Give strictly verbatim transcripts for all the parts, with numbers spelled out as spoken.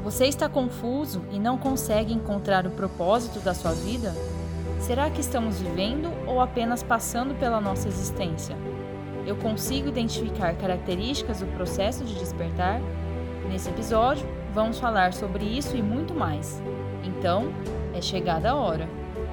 Você está confuso e não consegue encontrar o propósito da sua vida? Será que estamos vivendo ou apenas passando pela nossa existência? Eu consigo identificar características do processo de despertar? Nesse episódio, vamos falar sobre isso e muito mais. Então, é chegada a hora.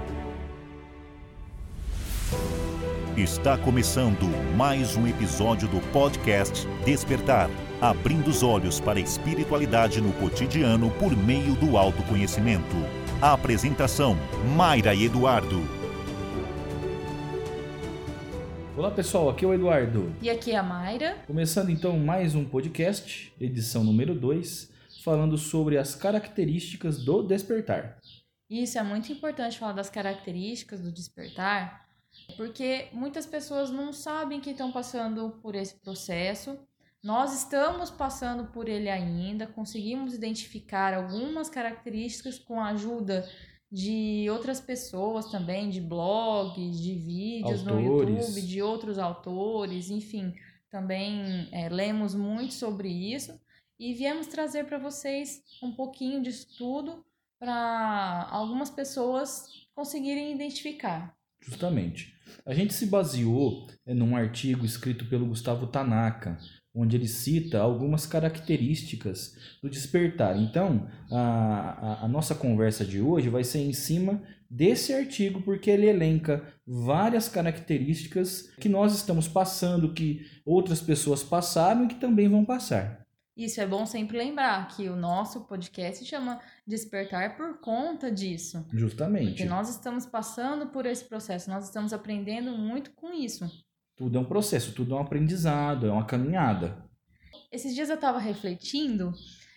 Está começando mais um episódio do podcast Despertar, abrindo os olhos para a espiritualidade no cotidiano por meio do autoconhecimento. A apresentação, Mayra e Eduardo. Olá pessoal, aqui é o Eduardo. E aqui é a Mayra. Começando então mais um podcast, edição número dois, falando sobre as características do despertar. Isso é muito importante falar das características do despertar, porque muitas pessoas não sabem que estão passando por esse processo. Nós estamos passando por ele ainda, conseguimos identificar algumas características com a ajuda de outras pessoas também, de blogs, de vídeos Autores. no YouTube, de outros autores, enfim, também é, lemos muito sobre isso e viemos trazer para vocês um pouquinho disso tudo para algumas pessoas conseguirem identificar. Justamente. A gente se baseou é, num artigo escrito pelo Gustavo Tanaka, onde ele cita algumas características do despertar. Então, a, a, a nossa conversa de hoje vai ser em cima desse artigo, porque ele elenca várias características que nós estamos passando, que outras pessoas passaram e que também vão passar. Isso é bom sempre lembrar que o nosso podcast se chama Despertar por conta disso. Justamente. Porque nós estamos passando por esse processo, nós estamos aprendendo muito com isso. Tudo é um processo, tudo é um aprendizado, é uma caminhada. Esses dias eu estava refletindo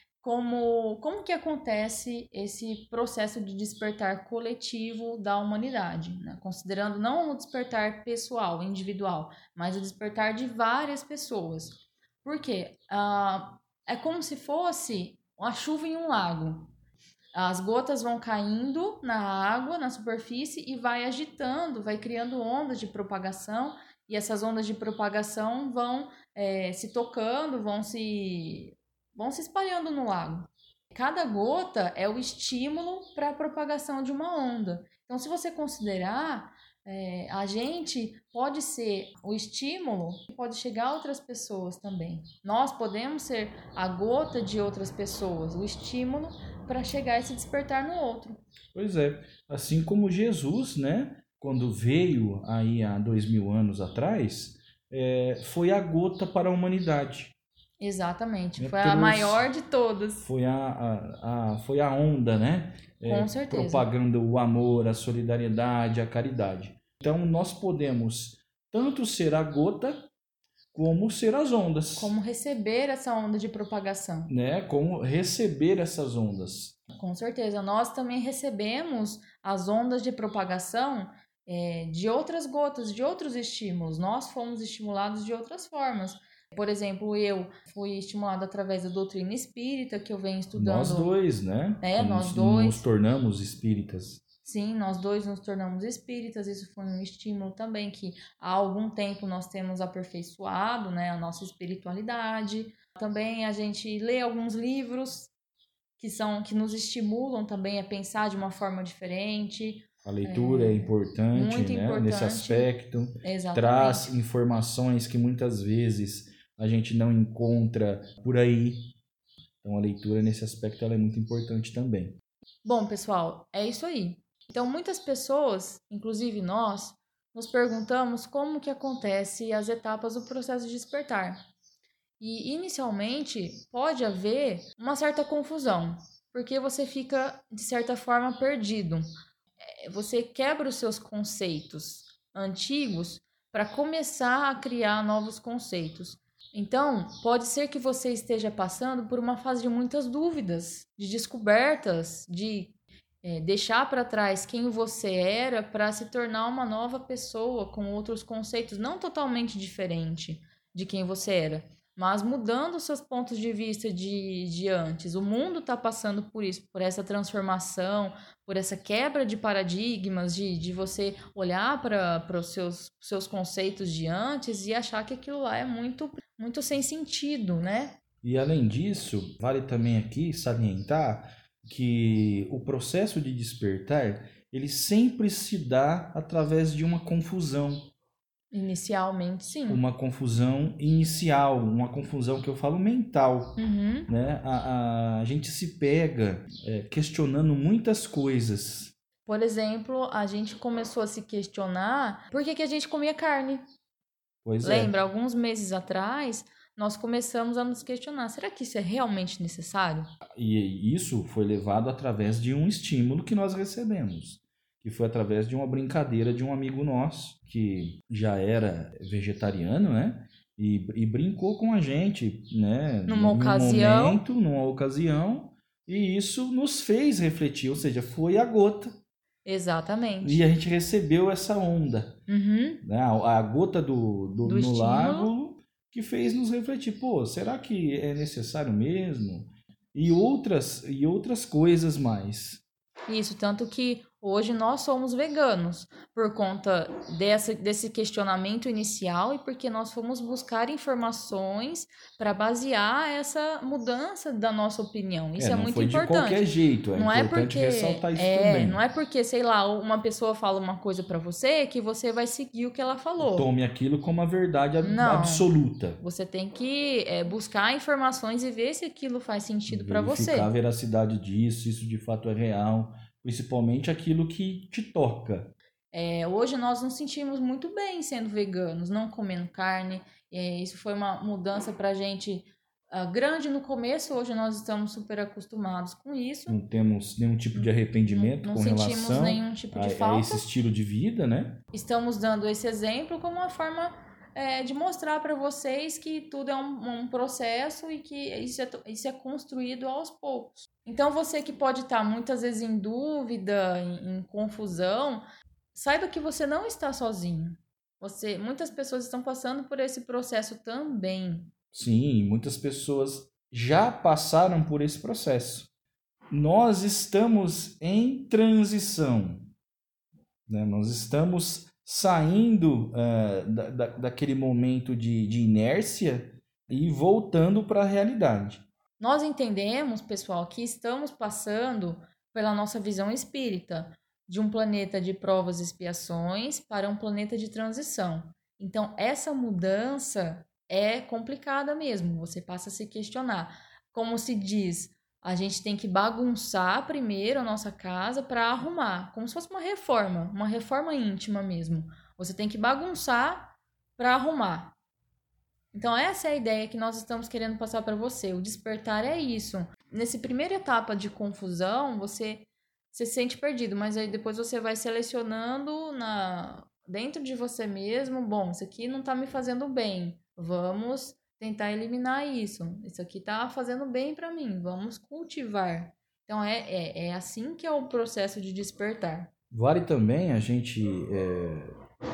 como, como que acontece esse processo de despertar coletivo da humanidade, né? Considerando não o despertar pessoal, individual, mas o despertar de várias pessoas. Por quê? Ah, é como se fosse uma chuva em um lago. As gotas vão caindo na água, na superfície, e vai agitando, vai criando ondas de propagação, e essas ondas de propagação vão é, se tocando, vão se, vão se espalhando no lago. Cada gota é o estímulo para a propagação de uma onda. Então, se você considerar, é, a gente pode ser o estímulo, pode chegar a outras pessoas também. Nós podemos ser a gota de outras pessoas, o estímulo para chegar e se despertar no outro. Pois é, assim como Jesus, né, quando veio aí há dois mil anos atrás, é, foi a gota para a humanidade. Exatamente, É, foi a trouxe, maior de todas. Foi a, a, a, foi a onda, né? É, Com certeza. Propagando o amor, a solidariedade, a caridade. Então nós podemos tanto ser a gota como ser as ondas. Como receber essa onda de propagação. Né? Como receber essas ondas. Com certeza. Nós também recebemos as ondas de propagação é, de outras gotas, de outros estímulos. Nós fomos estimulados de outras formas. Por exemplo, eu fui estimulada através da doutrina espírita, que eu venho estudando. Nós dois, né? É, nós nos, dois. Nos tornamos espíritas. Sim, nós dois nos tornamos espíritas, isso foi um estímulo também que há algum tempo nós temos aperfeiçoado, né, a nossa espiritualidade. Também a gente lê alguns livros que, são, que nos estimulam também a pensar de uma forma diferente. A leitura é, é importante, muito né, importante nesse aspecto. Exatamente. Traz informações que muitas vezes a gente não encontra por aí. Então a leitura nesse aspecto ela é muito importante também. Bom, pessoal, é isso aí. Então, muitas pessoas, inclusive nós, nos perguntamos como que acontece as etapas do processo de despertar. E, inicialmente, pode haver uma certa confusão, porque você fica, de certa forma, perdido. Você quebra os seus conceitos antigos para começar a criar novos conceitos. Então, pode ser que você esteja passando por uma fase de muitas dúvidas, de descobertas, de É, deixar para trás quem você era para se tornar uma nova pessoa com outros conceitos, não totalmente diferente de quem você era, mas mudando os seus pontos de vista de, de antes. O mundo está passando por isso, por essa transformação, por essa quebra de paradigmas, de, de você olhar para os seus, seus conceitos de antes e achar que aquilo lá é muito, muito sem sentido, né? E além disso, vale também aqui salientar que o processo de despertar, ele sempre se dá através de uma confusão. Inicialmente, sim. Uma confusão inicial, uma confusão que eu falo mental. Uhum. Né? A, a, a gente se pega é, questionando muitas coisas. Por exemplo, a gente começou a se questionar por que, que a gente comia carne. Pois Lembra, é. alguns meses atrás, nós começamos a nos questionar, será que isso é realmente necessário? E isso foi levado através de um estímulo que nós recebemos, que foi através de uma brincadeira de um amigo nosso, que já era vegetariano, né? E, e brincou com a gente, né? Numa num ocasião. momento, numa ocasião, e isso nos fez refletir, ou seja, foi a gota. Exatamente. E a gente recebeu essa onda, Uhum. né? A, a gota do, do, Do no estímulo. lago que fez nos refletir, pô, será que é necessário mesmo? E outras, e outras coisas mais. Isso, tanto que hoje nós somos veganos por conta dessa, desse questionamento inicial e porque nós fomos buscar informações para basear essa mudança da nossa opinião. Isso é, É, não muito foi importante. de qualquer jeito, é não é importante porque ressaltar isso é, também. não é porque, sei lá, uma pessoa fala uma coisa para você que você vai seguir o que ela falou. Tome aquilo como a verdade ab- Não. absoluta. Você tem que é, buscar informações e ver se aquilo faz sentido para você. Verificar a veracidade disso, isso de fato é real, principalmente aquilo que te toca. É, hoje nós nos sentimos muito bem sendo veganos, não comendo carne. É, isso foi uma mudança para a gente uh, grande no começo. Hoje nós estamos super acostumados com isso. Não temos nenhum tipo de arrependimento não, não com sentimos relação nenhum tipo de a, falta. a esse estilo de vida, né? Estamos dando esse exemplo como uma forma é, de mostrar para vocês que tudo é um, um processo e que isso é, isso é construído aos poucos. Então você que pode estar muitas vezes em dúvida, em, em confusão, saiba que você não está sozinho. Você, muitas pessoas estão passando por esse processo também. Sim, muitas pessoas já passaram por esse processo. Nós estamos em transição, né? Nós estamos saindo uh, da, da, daquele momento de, de inércia e voltando para a realidade. Nós entendemos, pessoal, que estamos passando pela nossa visão espírita, de um planeta de provas e expiações para um planeta de transição. Então, essa mudança é complicada mesmo, você passa a se questionar. Como se diz, a gente tem que bagunçar primeiro a nossa casa para arrumar, como se fosse uma reforma, uma reforma íntima mesmo. Você tem que bagunçar para arrumar. Então, essa é a ideia que nós estamos querendo passar para você. O despertar é isso. Nessa primeira etapa de confusão, você... Você se sente perdido, mas aí depois você vai selecionando na... dentro de você mesmo. Bom, isso aqui não tá me fazendo bem. Vamos tentar eliminar isso. Isso aqui tá fazendo bem para mim. Vamos cultivar. Então, é, é, é assim que é o processo de despertar. Vale também a gente é,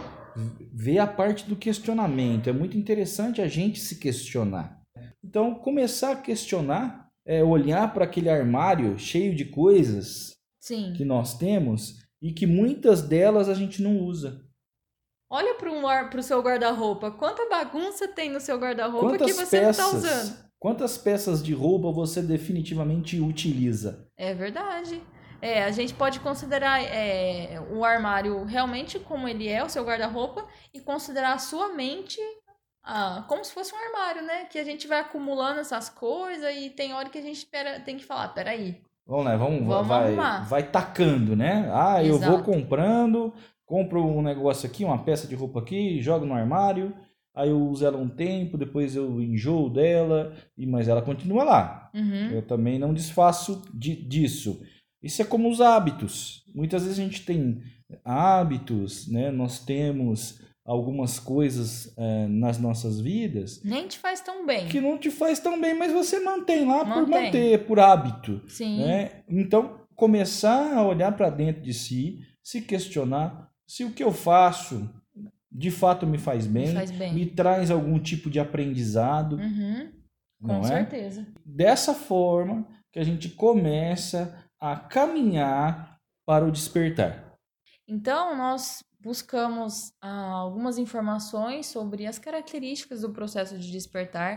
ver a parte do questionamento. É muito interessante a gente se questionar. Então, começar a questionar é olhar para aquele armário cheio de coisas... Sim. Que nós temos e que muitas delas a gente não usa. Olha para um, o seu guarda-roupa. Quanta bagunça tem no seu guarda-roupa que você peças, não está usando? Quantas peças de roupa você definitivamente utiliza? É verdade. É, a gente pode considerar é, o armário realmente como ele é, o seu guarda-roupa, e considerar a sua mente ah, como se fosse um armário, né? Que a gente vai acumulando essas coisas e tem hora que a gente pera, tem que falar, peraí. Vamos lá, vamos, vamos vai, arrumar. vai tacando, né? Ah, eu Exato. vou comprando, compro um negócio aqui, uma peça de roupa aqui, jogo no armário, aí eu uso ela um tempo, depois eu enjoo dela, mas ela continua lá. Uhum. Eu também não desfaço de, disso. Isso é como os hábitos. Muitas vezes a gente tem hábitos, né? Nós temos algumas coisas é, nas nossas vidas... Nem te faz tão bem. Que não te faz tão bem, mas você mantém lá mantém. por manter, por hábito. Sim. Né? Então, começar a olhar para dentro de si, se questionar se o que eu faço de fato me faz bem, me, faz bem. me traz algum tipo de aprendizado. Uhum. Não Com é? certeza. Dessa forma que a gente começa a caminhar para o despertar. Então, nós buscamos ah, algumas informações sobre as características do processo de despertar,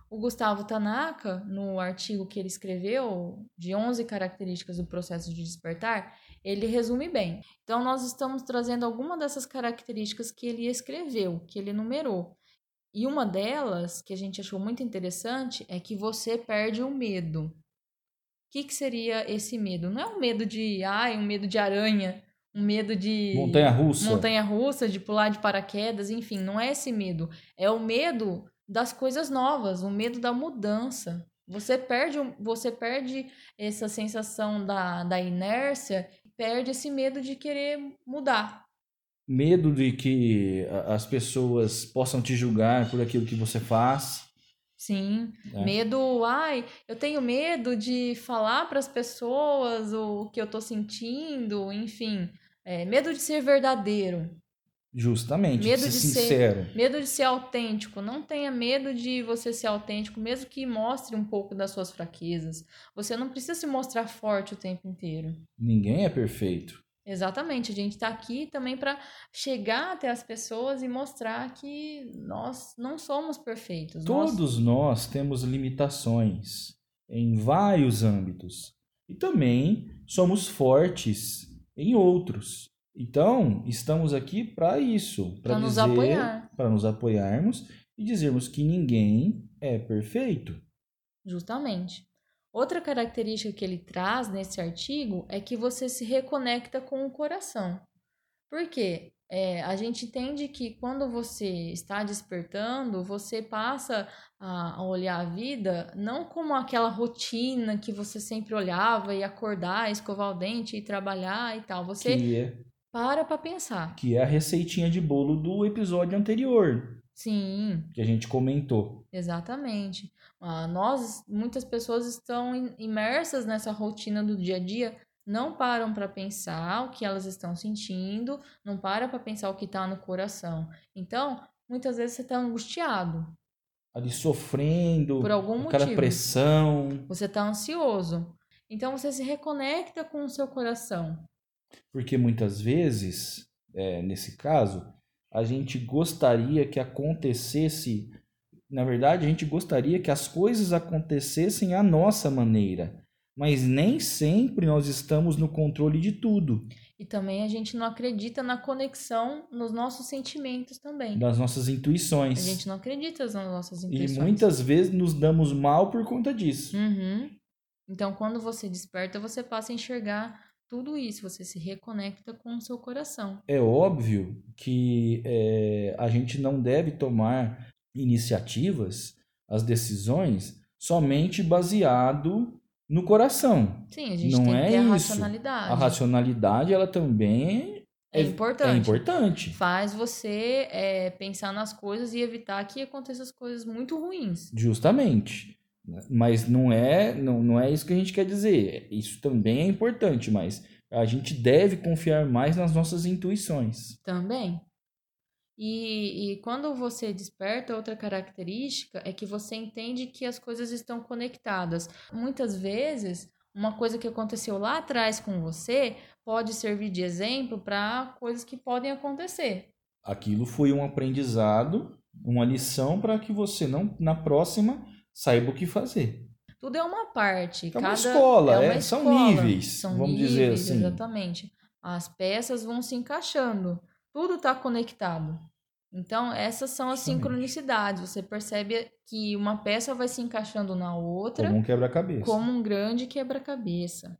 O Gustavo Tanaka, no artigo que ele escreveu, de onze características do processo de despertar, ele resume bem. Então, nós estamos trazendo alguma dessas características que ele escreveu, que ele enumerou. E uma delas, que a gente achou muito interessante, é que você perde o medo. O que, que seria esse medo? Não é um medo de, ai, um medo de aranha, um medo de... Montanha-russa. Montanha-russa, de pular de paraquedas, enfim, não é esse medo. É o medo das coisas novas, o medo da mudança. Você perde, você perde essa sensação da, da inércia, perde esse medo de querer mudar. Medo de que as pessoas possam te julgar por aquilo que você faz. Sim, É. Medo, ai, eu tenho medo de falar para as pessoas o que eu tô sentindo, enfim, é, medo de ser verdadeiro. Justamente, Medo de de ser ser- sincero. Medo de ser autêntico. Não tenha medo de você ser autêntico, mesmo que mostre um pouco das suas fraquezas. Você não precisa se mostrar forte o tempo inteiro. Ninguém é perfeito. Exatamente, a gente está aqui também para chegar até as pessoas e mostrar que nós não somos perfeitos. Nós- Todos nós temos limitações em vários âmbitos e também somos fortes em outros. Então, estamos aqui para isso, para Pra nos dizer, apoiar. para nos apoiarmos e dizermos que ninguém é perfeito. Justamente. Outra característica que ele traz nesse artigo é que você se reconecta com o coração. Por quê? É, a gente entende que quando você está despertando, você passa a, a olhar a vida não como aquela rotina que você sempre olhava e acordar, escovar o dente e trabalhar e tal. Você Que é, para para pensar. que é a receitinha de bolo do episódio anterior Sim, que a gente comentou. exatamente. Ah, nós, muitas pessoas estão im- imersas nessa rotina do dia a dia, não param para pensar o que elas estão sentindo, não param para pensar o que está no coração. Então, muitas vezes você está angustiado Ali sofrendo, por algum aquela motivo. pressão, Você está ansioso. Então, você se reconecta com o seu coração. porque muitas vezes, é, nesse caso, a gente gostaria que acontecesse, na verdade, a gente gostaria que as coisas acontecessem à nossa maneira, mas nem sempre nós estamos no controle de tudo, E também a gente não acredita na conexão nos nossos sentimentos também. das nossas A intuições. gente não acredita nas nossas E intuições. muitas vezes nos damos mal por conta disso. Uhum. Então, quando você desperta, você passa a enxergar tudo isso. Você se reconecta com o seu coração. É óbvio que é, a gente não deve tomar iniciativas, as decisões, somente baseado no coração. Sim, a gente Não tem é que ter a isso. racionalidade. A racionalidade, ela também É importante. é importante. Faz você é, pensar nas coisas e evitar que aconteçam as coisas muito ruins. Justamente. Mas não é, não, não é isso que a gente quer dizer. Isso também é importante, mas a gente deve confiar mais nas nossas intuições. Também. E, e quando você desperta, outra característica é que você entende que as coisas estão conectadas. Muitas vezes, uma coisa que aconteceu lá atrás com você pode servir de exemplo para coisas que podem acontecer. Aquilo foi um aprendizado, uma lição para que você não, na próxima, saiba o que fazer. Tudo é uma parte. É uma cada, escola, uma é, são escola. níveis, São vamos níveis, dizer assim. Exatamente. As peças vão se encaixando. Tudo está conectado. Então, essas são as Justamente. sincronicidades. Você percebe que uma peça vai se encaixando na outra Como um quebra-cabeça. como um grande quebra-cabeça.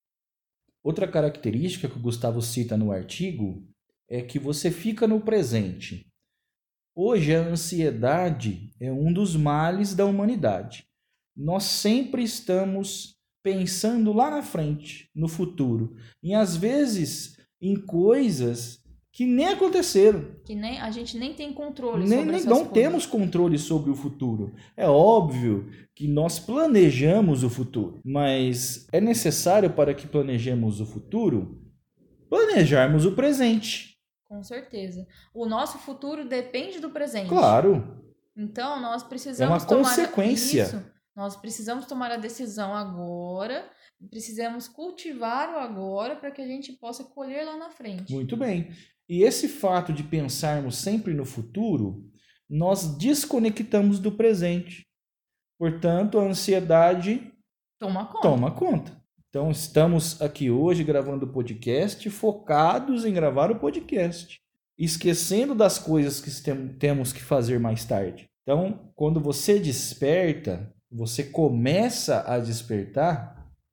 Outra característica que o Gustavo cita no artigo é que você fica no presente. Hoje, a ansiedade é um dos males da humanidade. Nós sempre estamos pensando lá na frente, no futuro. E às vezes em coisas que nem aconteceram. Que nem, a gente nem tem controle Nem, sobre nem- essas não coisas. temos controle sobre o futuro. É óbvio que nós planejamos o futuro, mas é necessário para que planejemos o futuro planejarmos o presente. Com certeza. O nosso futuro depende do presente. Claro, Então, nós é precisamos uma tomar consequência. isso. Nós precisamos tomar a decisão agora, precisamos cultivar o agora para que a gente possa colher lá na frente. Muito bem. E esse fato de pensarmos sempre no futuro, nós desconectamos do presente. Portanto, a ansiedade Toma conta. toma conta. Então, estamos aqui hoje gravando o podcast, focados em gravar o podcast, esquecendo das coisas que temos que fazer mais tarde. Então, quando você desperta, você começa a despertar,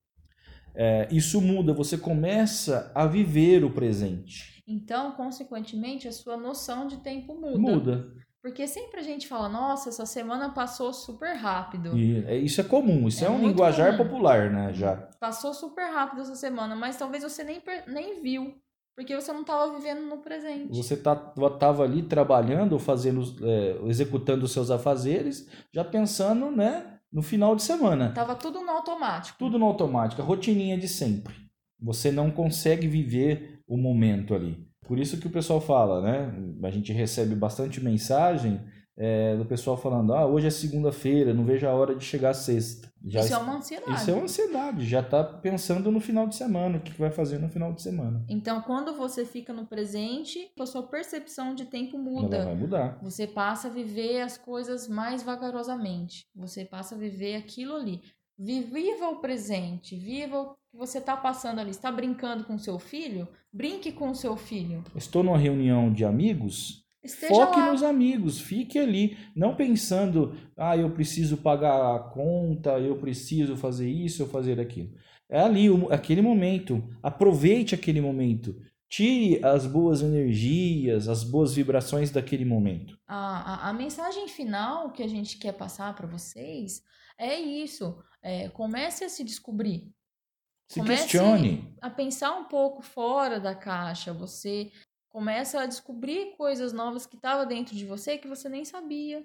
é, isso muda, você começa a viver o presente. Então, consequentemente, a sua noção de tempo muda. Muda. Porque sempre a gente fala, nossa, essa semana passou super rápido. E isso é comum, isso é, É um muito linguajar comum. popular, né? Já. Passou super rápido essa semana, mas talvez você nem, per- nem viu, porque você não estava vivendo no presente. Você estava ali trabalhando, fazendo, é, executando os seus afazeres, já pensando, né, no final de semana. Tava tudo no automático. Tudo no automático, a rotininha de sempre. Você não consegue viver o momento ali. Por isso que o pessoal fala, né? A gente recebe bastante mensagem é, do pessoal falando, ah, hoje é segunda-feira, não vejo a hora de chegar a sexta. Já Isso est... é uma ansiedade. Isso é uma ansiedade, já está pensando no final de semana, o que vai fazer no final de semana. Então, quando você fica no presente, a sua percepção de tempo muda. Ela vai mudar. Você passa a viver as coisas mais vagarosamente. Você passa a viver aquilo ali. Viva o presente, viva o que você está passando ali. Está brincando com seu filho? Brinque com seu filho. Estou numa reunião de amigos, Esteja foque lá. nos amigos, fique ali, não pensando, ah, eu preciso pagar a conta, eu preciso fazer isso ou fazer aquilo. É ali, o- aquele momento, aproveite aquele momento, tire as boas energias, as boas vibrações daquele momento. A, a, a mensagem final que a gente quer passar para vocês é isso. É, comece a se descobrir. Se Comece questione. a pensar um pouco fora da caixa. Você começa a descobrir coisas novas que estavam dentro de você que você nem sabia.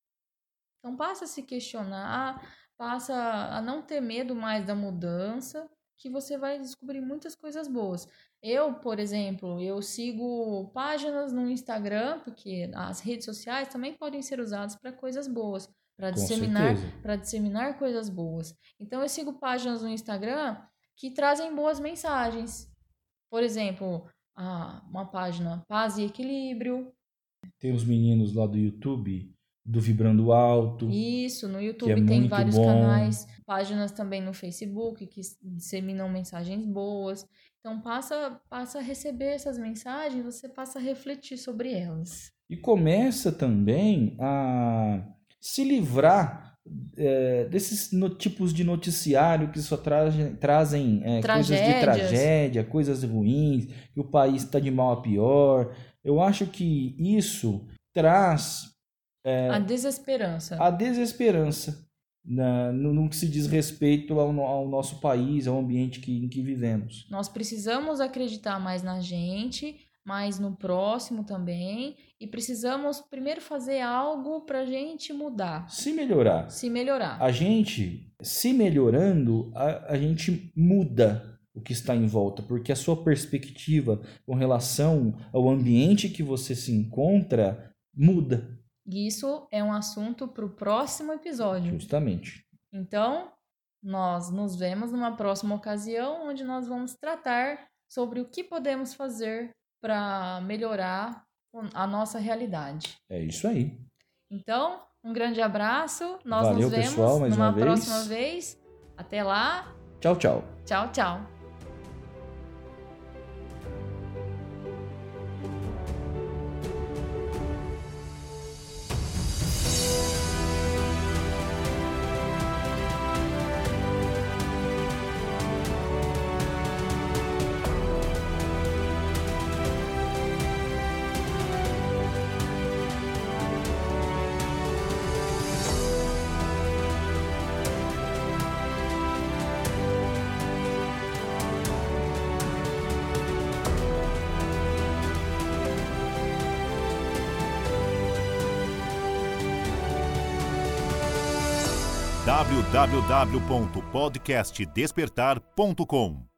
Então, passa a se questionar, passa a não ter medo mais da mudança, que você vai descobrir muitas coisas boas. Eu, por exemplo, eu sigo páginas no Instagram, porque as redes sociais também podem ser usadas para coisas boas, para Com disseminar, certeza. para disseminar coisas boas. Então, eu sigo páginas no Instagram que trazem boas mensagens. Por exemplo, ah, uma página Paz e Equilíbrio. Tem os meninos lá do YouTube, do Vibrando Alto. Isso, no YouTube é tem muito vários bom. canais, páginas também no Facebook que disseminam mensagens boas. Então passa, passa a receber essas mensagens, você passa a refletir sobre elas. E começa também a se livrar é, desses no- tipos de noticiário que só trazem, trazem é, coisas de Tragédias. tragédia, coisas ruins, que o país está de mal a pior. Eu acho que isso traz A desesperança. a desesperança na- no, no que se diz respeito ao, no- ao nosso país, ao ambiente que, em que vivemos. Nós precisamos acreditar mais na gente, mais no próximo também, e precisamos primeiro fazer algo para a gente mudar, Se melhorar. se melhorar. A gente, se melhorando, a, a gente muda o que está em volta, porque a sua perspectiva com relação ao ambiente que você se encontra muda, E isso é um assunto para o próximo episódio. justamente. Então, nós nos vemos numa próxima ocasião, onde nós vamos tratar sobre o que podemos fazer para melhorar a nossa realidade. É isso aí. Então, um grande abraço. Nós Valeu, nos vemos pessoal, mais numa uma vez. próxima vez. Até lá. Tchau, tchau. Tchau, tchau. w w w ponto podcast despertar ponto com